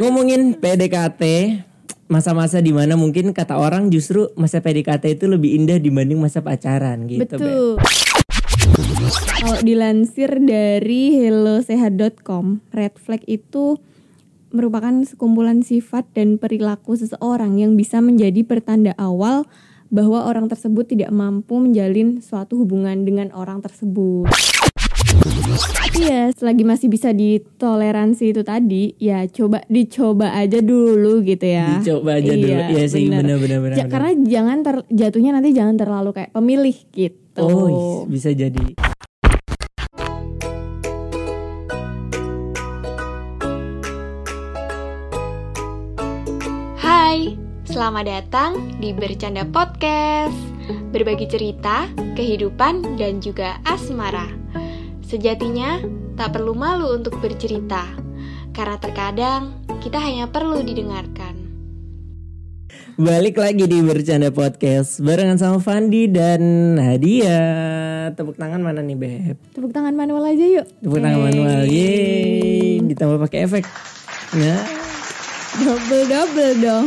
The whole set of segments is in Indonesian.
Ngomongin PDKT, masa-masa di mana mungkin kata orang justru masa PDKT itu lebih indah dibanding masa pacaran gitu. Betul. Kalau dilansir dari hellosehat.com, red flag itu merupakan sekumpulan sifat dan perilaku seseorang yang bisa menjadi pertanda awal bahwa orang tersebut tidak mampu menjalin suatu hubungan dengan orang tersebut. Iya, selagi masih bisa ditoleransi itu tadi, ya dicoba aja dulu gitu ya. Dicoba aja dulu, iya sih benar. Karena jangan jatuhnya nanti jangan terlalu kayak pemilih gitu. Oh, bisa jadi. Hai, selamat datang di Bercanda Podcast. Berbagi cerita, kehidupan, dan juga asmara. Sejatinya, tak perlu malu untuk bercerita, karena terkadang kita hanya perlu didengarkan. Balik lagi di Bercanda Podcast barengan sama Fandi dan Nadia. Tepuk tangan mana nih, Beb? Tepuk tangan manual aja yuk. Tepuk tangan manual, yeay. Ditambah pakai efek. Nah, double dong.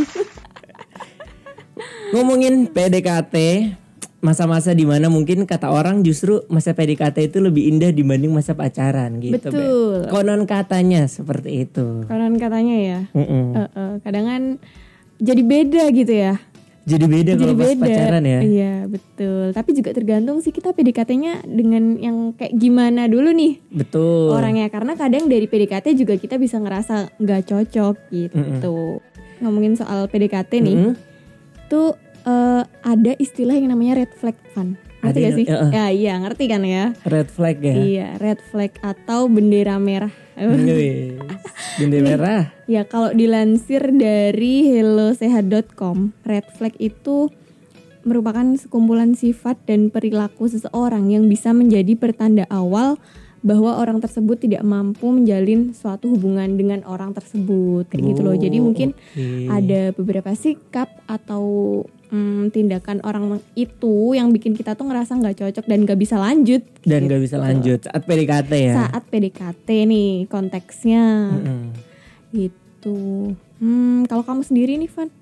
ngomongin PDKT, masa-masa di mana mungkin kata orang justru masa PDKT itu lebih indah dibanding masa pacaran gitu. Betul. Konon katanya seperti itu. Konon katanya ya. Kadang kan jadi beda gitu ya. Jadi beda kalau pas pacaran ya. Iya betul. Tapi juga tergantung sih kita PDKT-nya dengan yang kayak gimana dulu nih. Betul. Orangnya, karena kadang dari PDKT juga kita bisa ngerasa nggak cocok gitu. Ngomongin soal PDKT nih, tuh ada istilah yang namanya red flag, Van. Ngerti gak sih? Ya iya ngerti kan ya. Red flag ya. Iya red flag atau bendera merah. Bendera merah. Ya kalau dilansir dari hellosehat.com, red flag itu merupakan sekumpulan sifat dan perilaku seseorang yang bisa menjadi pertanda awal bahwa orang tersebut tidak mampu menjalin suatu hubungan dengan orang tersebut. Kayak gitu loh. Jadi mungkin ada beberapa sikap atau tindakan orang itu yang bikin kita tuh ngerasa gak cocok dan gak bisa lanjut. Dan gak bisa lanjut saat PDKT ya. Saat PDKT nih konteksnya. Gitu. Kalau kamu sendiri nih, Van.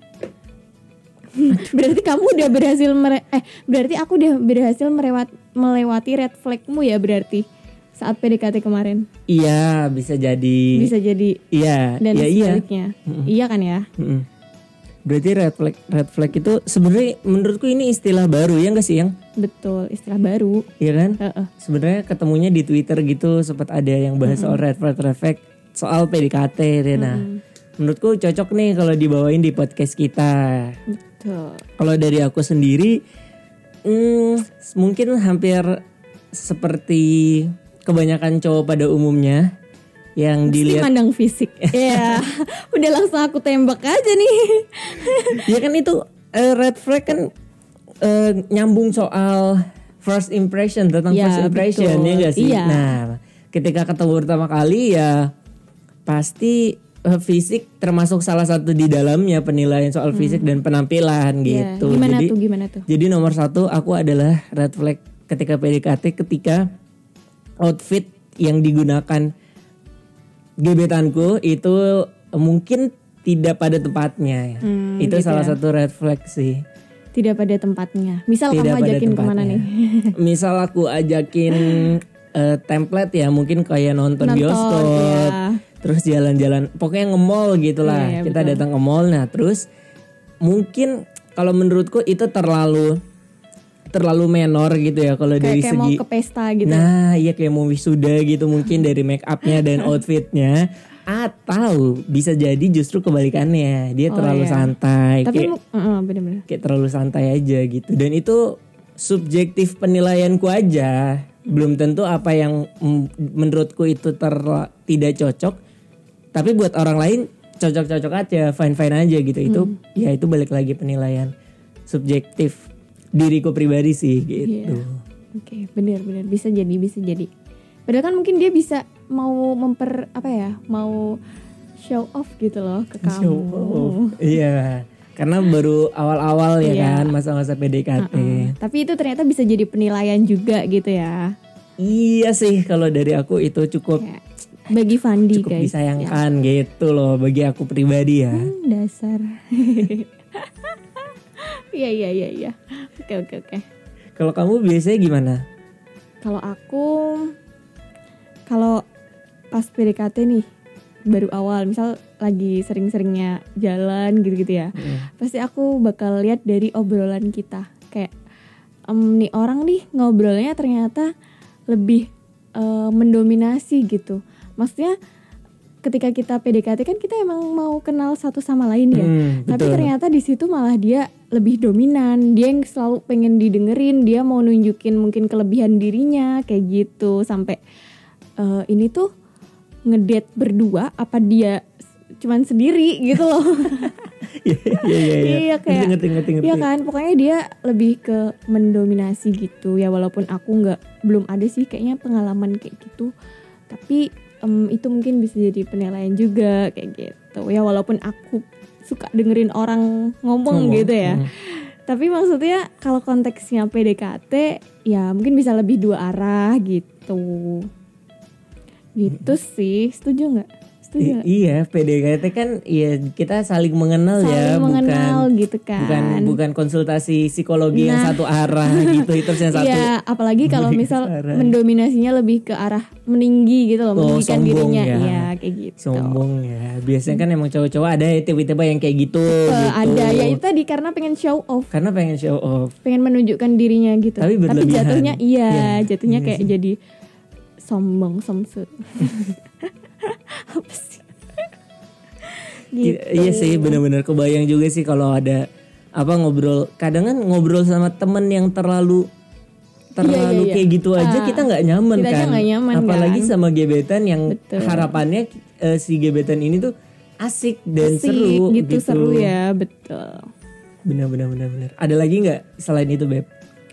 Berarti kamu udah berarti aku udah berhasil melewati red flagmu ya berarti saat PDKT kemarin. Iya, bisa jadi. Iya. Dan ya, sebaliknya. Iya kan ya? Berarti red flag itu sebenarnya menurutku ini istilah baru ya nggak sih, yang? Betul, istilah baru. Iya kan? Sebenarnya ketemunya di Twitter gitu, sempat ada yang bahas soal red flag soal PDKT. Nah, menurutku cocok nih kalau dibawain di podcast kita. Betul. Kalau dari aku sendiri, mungkin hampir seperti kebanyakan cowok pada umumnya yang dilihat mandang fisik. Ya, udah langsung aku tembak aja nih. Ya kan itu red flag kan nyambung soal first impression, tentang first impression betul. Ya gak sih? Iya. Nah, ketika ketemu pertama kali ya pasti fisik termasuk salah satu di dalamnya, penilaian soal fisik dan penampilan gitu. Gimana tuh? Jadi nomor satu aku adalah red flag ketika PDKT ketika outfit yang digunakan gebetanku itu mungkin tidak pada tempatnya. Itu gitu salah satu red flag sih. Tidak pada tempatnya. Misal kamu ajakin kemana nih? Misal aku ajakin template ya, mungkin kayak nonton bioskop, ya. Terus jalan-jalan, pokoknya nge-mall gitulah. Kita datang ke mall, nah terus mungkin kalau menurutku itu terlalu menor gitu ya kalau dari kayak segi mau ke pesta gitu. Nah, iya kayak mau wisuda gitu mungkin dari make upnya dan outfitnya, atau bisa jadi justru kebalikannya, dia terlalu santai. Tapi bener-bener kayak terlalu santai aja gitu. Dan itu subjektif penilaianku aja, belum tentu apa yang menurutku itu tidak cocok, tapi buat orang lain cocok-cocok aja, fine-fine aja gitu. Itu ya itu balik lagi penilaian subjektif diriku pribadi sih gitu. Oke, benar bisa jadi. Padahal kan mungkin dia bisa mau mau show off gitu loh ke kamu. Show off. Iya. Karena baru awal-awal ya kan masa-masa PDKT. Tapi itu ternyata bisa jadi penilaian juga gitu ya. Iya sih, kalau dari aku itu cukup Bagi Fandi cukup guys. disayangkan gitu loh bagi aku pribadi ya. Dasar. Iya. Oke. Kalau kamu biasanya gimana? Kalau aku, kalau pas PDKT nih, baru awal, misal lagi sering-seringnya jalan gitu-gitu ya, pasti aku bakal lihat dari obrolan kita. Kayak nih orang nih ngobrolnya ternyata lebih mendominasi gitu. Maksudnya ketika kita PDKT kan kita emang mau kenal satu sama lain ya. Tapi betul. ternyata di situ malah dia lebih dominan. Dia yang selalu pengen didengerin, dia mau nunjukin mungkin kelebihan dirinya kayak gitu. Sampai ini tuh ngedate berdua apa dia cuman sendiri gitu loh. Iya kayak ngerti. Iya kan, pokoknya dia lebih ke mendominasi gitu ya, walaupun aku belum ada sih kayaknya pengalaman kayak gitu. Tapi itu mungkin bisa jadi penilaian juga kayak gitu ya, walaupun aku suka dengerin orang ngomong gitu ya. Tapi maksudnya kalau konteksnya PDKT ya mungkin bisa lebih dua arah gitu. Gitu sih, setuju nggak? Iya, PDKT kan ya kita saling mengenal ya, mengenal gitu kan. Bukan konsultasi psikologi yang satu arah gitu, terus yang satu. Iya, apalagi kalau misal mendominasinya lebih ke arah meninggi gitu loh, meninggikan dirinya. Iya, kayak gitu. Sombong ya. Biasanya kan emang cowok-cowok ada ya tipe-tipe yang kayak gitu. Ada ya, itu tadi karena pengen show off. Pengen menunjukkan dirinya gitu. Tapi jatuhnya jatuhnya kayak jadi sombong, somsut. Apa sih? Gitu. Iya sih, benar-benar kebayang juga sih kalau ada ngobrol. Kadang kan ngobrol sama temen yang terlalu kayak gitu aja kita nggak nyaman kan. Apalagi sama gebetan yang harapannya si gebetan ini tuh asik dan seru gitu. Seru ya, betul. Benar. Ada lagi nggak selain itu, Beb?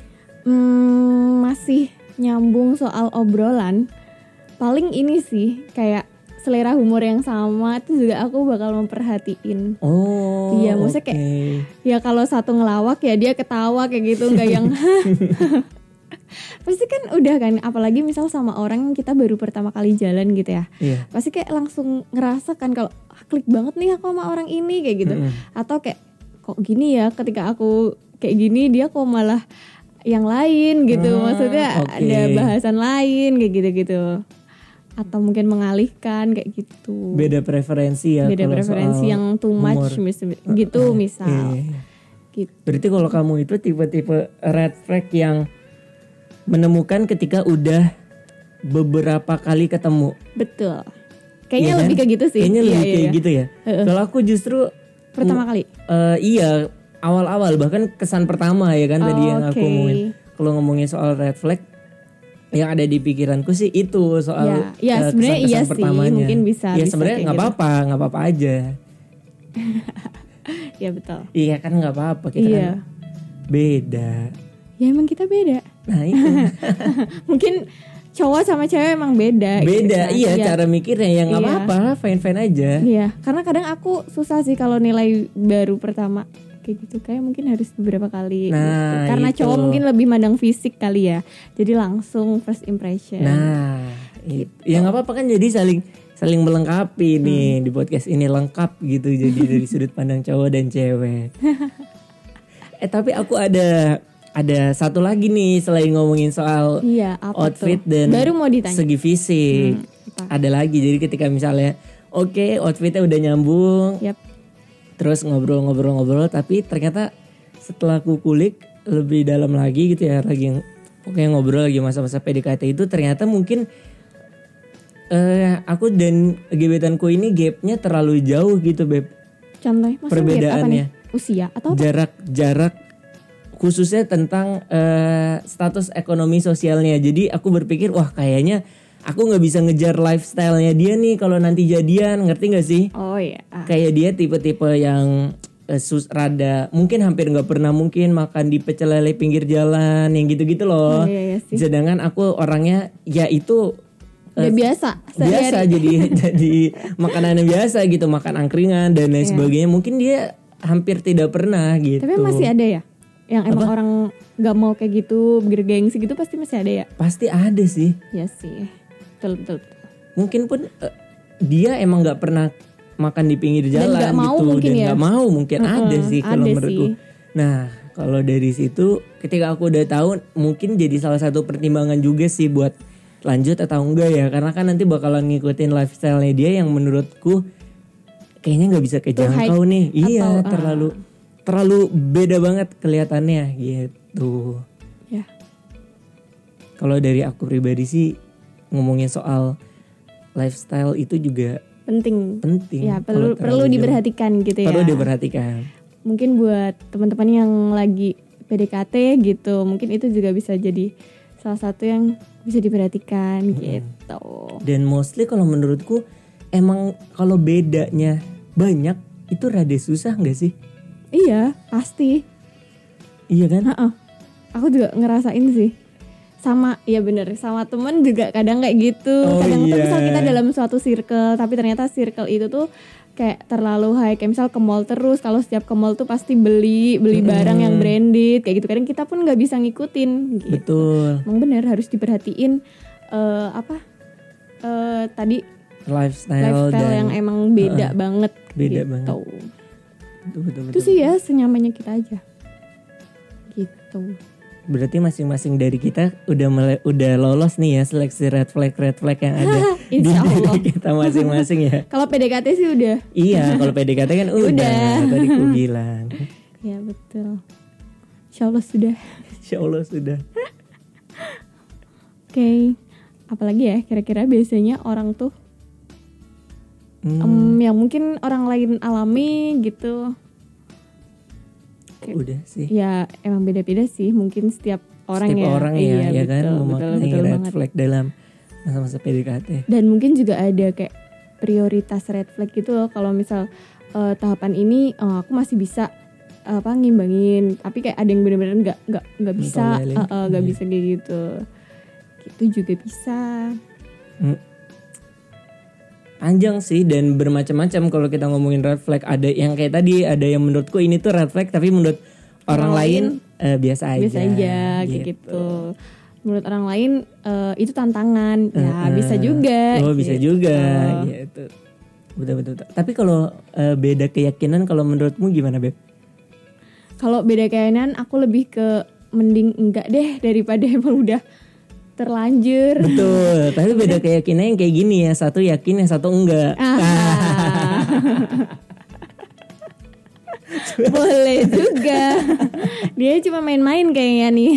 Masih nyambung soal obrolan. Paling ini sih kayak selera humor yang sama itu juga aku bakal memperhatiin. Oh. Iya, maksudnya kayak ya kalau satu ngelawak ya dia ketawa kayak gitu, nggak yang pasti kan udah kan, apalagi misal sama orang yang kita baru pertama kali jalan gitu ya. Pasti kayak langsung ngerasa kan kalau klik banget nih aku sama orang ini kayak gitu. Atau kayak kok gini ya ketika aku kayak gini dia kok malah yang lain gitu. Maksudnya ada bahasan lain kayak gitu-gitu. Atau mungkin mengalihkan kayak gitu. Beda preferensi ya. Beda preferensi yang too much gitu misal. Gitu. Berarti kalau kamu itu tipe-tipe red flag yang menemukan ketika udah beberapa kali ketemu. Betul. Kayaknya lebih kayak gitu sih. Kayaknya lebih kayak gitu ya. Kalau aku justru pertama kali. Iya, awal-awal bahkan kesan pertama ya kan tadi yang aku ngomongin. Kalau ngomongin soal red flag, yang ada di pikiranku sih itu soal sebenarnya iya sih, pertamanya. Mungkin bisa. Ya sebenarnya nggak apa-apa aja. Ya betul. Iya kan nggak apa-apa, kita kan beda. Ya emang kita beda. Nah itu. Mungkin cowok sama cewek emang beda. Beda, gitu, iya cara mikirnya yang nggak apa-apa, fine aja. Iya, karena kadang aku susah sih kalau nilai baru pertama. Kayak gitu, kayak mungkin harus beberapa kali gitu. Karena cowok mungkin lebih mandang fisik kali ya, jadi langsung first impression. Nah gitu. Ya nggak apa-apa kan, jadi saling melengkapi nih di podcast ini, lengkap gitu jadi dari sudut pandang cowok dan cewek. Tapi aku ada satu lagi nih selain ngomongin soal outfit dan baru mau ditanya. Segi fisik. Ada lagi, jadi ketika misalnya outfitnya udah nyambung. Terus ngobrol, tapi ternyata setelah aku kulik lebih dalam lagi gitu ya, lagi pokoknya ngobrol lagi masa-masa PDKT itu, ternyata mungkin aku dan gebetanku ini gapnya terlalu jauh gitu, Beb. Contohnya perbedaannya usia atau apa? Jarak khususnya tentang status ekonomi sosialnya. Jadi aku berpikir wah kayaknya aku nggak bisa ngejar lifestyle-nya dia nih kalau nanti jadian, ngerti nggak sih? Oh iya. Kayak dia tipe-tipe yang rada mungkin hampir nggak pernah mungkin makan di pecel lele pinggir jalan yang gitu-gitu loh. Iya sih. Sedangkan aku orangnya ya itu biasa jadi makanannya biasa gitu, makan angkringan dan lain sebagainya. Mungkin dia hampir tidak pernah gitu. Tapi masih ada ya yang emang orang nggak mau kayak gitu, bergengsi gitu, pasti masih ada ya? Pasti ada sih. Ya sih. Betul. mungkin pun dia emang nggak pernah makan di pinggir jalan nggak mau gitu mungkin dan ya. nggak mau mungkin ada sih kalau ada menurutku. sih. Nah kalau dari situ ketika aku udah tahu mungkin jadi salah satu pertimbangan juga sih buat lanjut atau enggak ya, karena kan nanti bakalan ngikutin lifestyle-nya dia yang menurutku kayaknya nggak bisa kejangkau nih. Iya, terlalu beda banget kelihatannya gitu. Ya. Kalau dari aku pribadi sih ngomongin soal lifestyle itu juga penting. Ya, Kalau perlu terlalu diperhatikan gitu ya. perlu diperhatikan. Mungkin buat teman-teman yang lagi PDKT gitu, mungkin itu juga bisa jadi salah satu yang bisa diperhatikan gitu. Dan mostly kalau menurutku emang kalau bedanya banyak itu rada susah nggak sih? Iya, pasti. Iya kan? Aku juga ngerasain sih. Sama, ya bener, sama temen juga kadang kayak gitu. Kadang tuh misal kita dalam suatu circle, tapi ternyata circle itu tuh kayak terlalu high. Kayak misal ke mall terus, kalau setiap ke mall tuh pasti beli barang yang branded kayak gitu. Kadang kita pun nggak bisa ngikutin gitu. Betul. Emang bener harus diperhatiin tadi Lifestyle dan yang emang beda banget. beda gitu. banget. Betul. Itu sih ya senyamannya kita aja. Gitu. Berarti masing-masing dari kita udah lolos nih ya seleksi red flag yang ada di Insya Allah. diri kita masing-masing ya. Kalau PDKT sih udah. Iya, kalau PDKT kan udah. Tadi aku bilang. Ya betul. Insya Allah sudah. Insya Allah sudah. Oke. Apalagi ya kira-kira biasanya orang tuh yang mungkin orang lain alami gitu. Udah sih. Ya emang beda-beda sih mungkin setiap orang ya. Orang ya, ya kan memakai red banget. flag dalam masa-masa PDKT. Dan mungkin juga ada kayak prioritas red flag gitu loh. Kalau misal tahapan ini aku masih bisa ngimbangin, tapi kayak ada yang benar-benar nggak bisa, nggak bisa kayak gitu. Gitu juga bisa. Panjang sih dan bermacam-macam kalau kita ngomongin red flag. Ada yang kayak tadi, ada yang menurutku ini tuh red flag tapi menurut orang lain biasa aja kayak gitu. Menurut orang lain itu tantangan. Ya bisa juga. Oh bisa juga gitu. Betul. Tapi kalau beda keyakinan, kalau menurutmu gimana Beb? Kalau beda keyakinan aku lebih ke mending enggak deh daripada emang udah terlanjur. Betul, tapi beda keyakinan yang kayak gini ya, satu yakin yang satu enggak. Boleh juga. Dia cuma main-main kayaknya nih.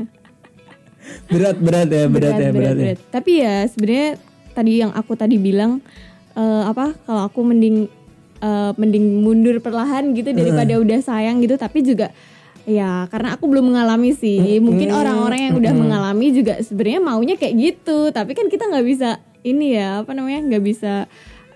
Berat ya. Tapi ya sebenarnya tadi yang aku tadi bilang kalau aku mending mundur perlahan gitu daripada udah sayang gitu, tapi juga ya karena aku belum mengalami sih. Mungkin orang-orang yang udah mengalami juga sebenarnya maunya kayak gitu, tapi kan kita nggak bisa ini ya nggak bisa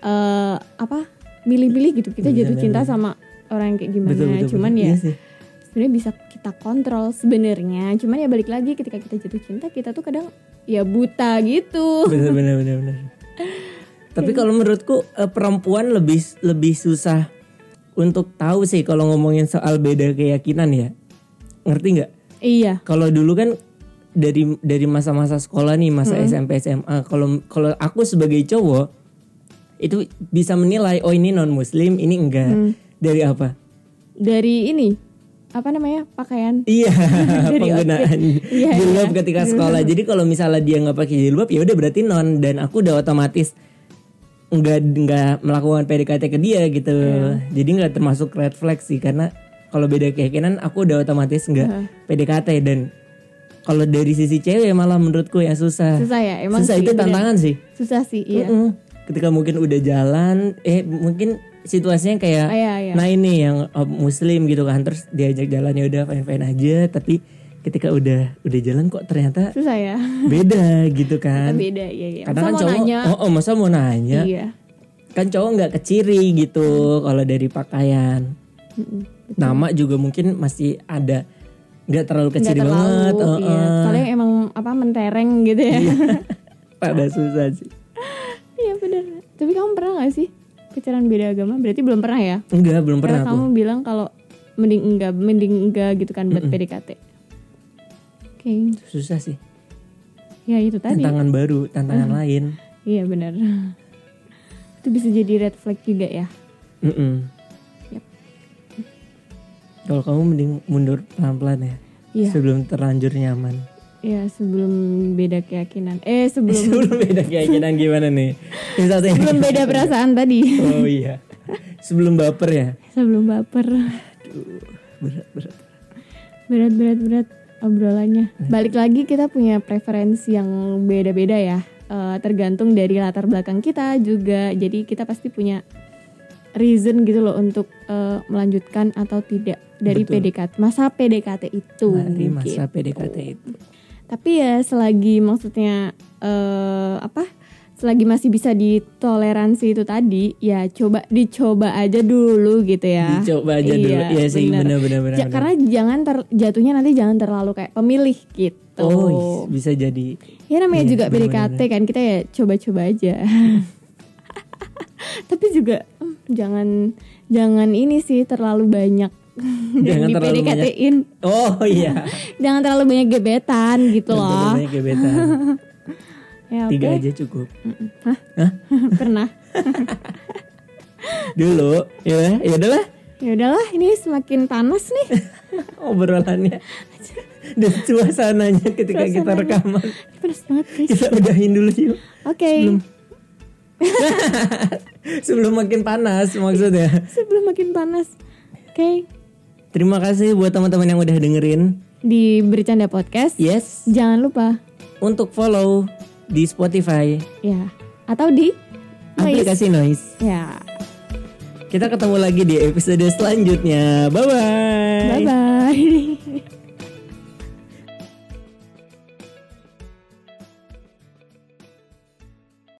milih-milih gitu. Kita jatuh cinta sama orang yang kayak gimana. Betul, cuman ya iya sebenarnya bisa kita kontrol sebenarnya. Cuman ya balik lagi ketika kita jatuh cinta kita tuh kadang ya buta gitu. Bener. Tapi kalau menurutku perempuan lebih susah untuk tahu sih kalau ngomongin soal beda keyakinan ya. Ngerti nggak? Iya. Kalau dulu kan dari masa-masa sekolah nih, masa SMP SMA, kalau aku sebagai cowok itu bisa menilai oh ini non muslim, ini enggak. Dari apa? Dari ini pakaian. Iya, penggunaan jilbab ketika sekolah. Jadi kalau misalnya dia nggak pakai jilbab ya udah berarti non, dan aku udah otomatis nggak melakukan PDKT ke dia gitu. Jadi nggak termasuk red flag sih, karena kalau beda keyakinan aku udah otomatis nggak PDKT. Dan kalau dari sisi cewek malah menurutku ya susah. Susah ya, emang susah sih, itu tantangan sih. Susah sih, iya. Ketika mungkin udah jalan, mungkin situasinya kayak, nah ini yang muslim gitu kan, terus diajak jalan ya udah fine aja, tapi ketika udah jalan kok ternyata susah ya. Beda gitu kan. Beda, iya. Kadang kan cowok, masa mau nanya? Iya. Kan cowok nggak keciri gitu kalau dari pakaian. Nama juga mungkin masih ada, nggak terlalu kecil banget. Iya. Soalnya emang mentereng gitu ya. Pada susah sih. Iya benar. Tapi kamu pernah nggak sih pacaran beda agama? Berarti belum pernah ya? Enggak, belum pernah. Karena kamu bilang kalau mending enggak gitu kan buat PDKT. Oke. Susah sih. Ya itu tadi. Tantangan baru, tantangan lain. Iya benar. Itu bisa jadi red flag juga ya. Yep. Kalau kamu mending mundur pelan-pelan ya. Iya. Sebelum terlanjur nyaman. Iya, sebelum beda keyakinan. Sebelum Sebelum beda keyakinan gimana nih? sebelum beda perasaan tadi. Oh iya. Sebelum baper ya. Sebelum baper. Berat obrolannya. Balik lagi kita punya preferensi yang beda-beda ya. Tergantung dari latar belakang kita juga. Jadi kita pasti punya reason gitu loh untuk melanjutkan atau tidak dari Betul. PDKT. Masa PDKT itu. Dari masa gitu. PDKT itu. Tapi ya selagi maksudnya selagi masih bisa ditoleransi itu tadi, ya dicoba aja dulu gitu ya. Dicoba aja dulu. Iya sih, benar. Karena jangan jatuhnya nanti jangan terlalu kayak pemilih gitu. Oh, bisa jadi. Ya namanya Iya, juga benar-benar. PDKT kan, kita ya coba-coba aja. Tapi juga jangan ini sih terlalu banyak Jangan di terlalu PDKT-in. Oh iya. Jangan terlalu banyak gebetan gitu loh. Banyak gebetan. Ya, 3 oke. aja cukup. Pernah. Dulu. Ya udahlah. Ya udahlah, ini semakin panas nih. Obrolannya dan suasananya ketika kita Suasananya. rekaman. Panas banget guys. Kita udahin dulu yuk. Oke. Sebelum makin panas maksudnya. Sebelum makin panas. Oke. Terima kasih buat teman-teman yang udah dengerin. Di Bercanda Podcast. Yes. Jangan lupa Untuk follow di Spotify, ya, atau di Noise. aplikasi Noise. Ya. Kita ketemu lagi di episode selanjutnya. Bye bye. Bye bye.